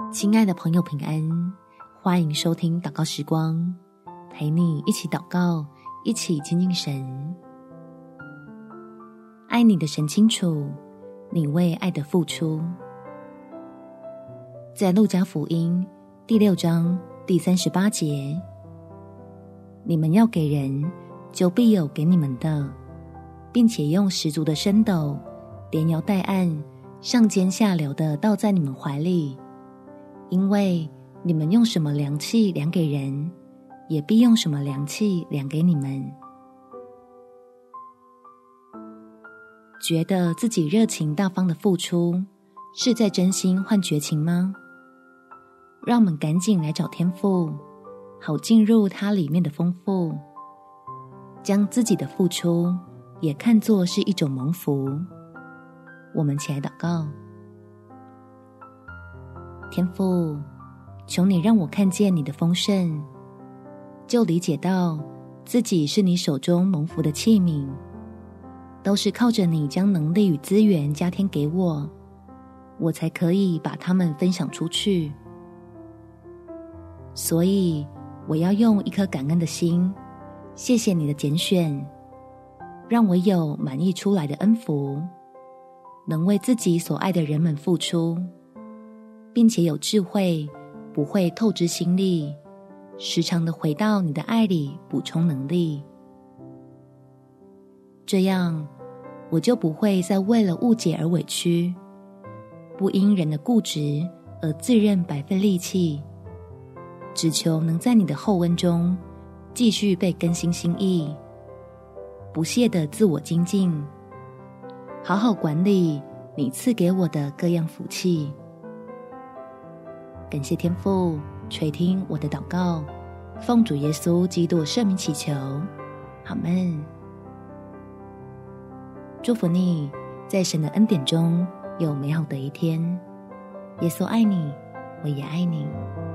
亲爱的朋友，平安，欢迎收听祷告时光，陪你一起祷告，一起亲近神。爱你的神清楚你为爱的付出。在路加福音第6章第38节，你们要给人，就必有给你们的，并且用十足的升斗，连摇带按，上尖下流的倒在你们怀里。因为你们用什么量器量给人，也必用什么量器量给你们。觉得自己热情大方的付出，是在真心换绝情吗？让我们赶紧来找天父，好进入它里面的丰富，将自己的付出也看作是一种蒙福。我们起来祷告。天父，求你让我看见你的丰盛，就理解到自己是你手中蒙福的器皿，都是靠着你将能力与资源加添给我，我才可以把它们分享出去。所以我要用一颗感恩的心，谢谢你的拣选，让我有满溢出来的恩福，能为自己所爱的人们付出，并且有智慧，不会透支心力，时常的回到你的爱里补充能力。这样我就不会再为了误解而委屈，不因人的固执而自认白费力气，只求能在你的厚恩中继续被更新心意，不懈的自我精进，好好管理你赐给我的各样福气。感谢天父垂听我的祷告，奉主耶稣基督圣名祈求，阿们。祝福你在神的恩典中有美好的一天。耶稣爱你，我也爱你。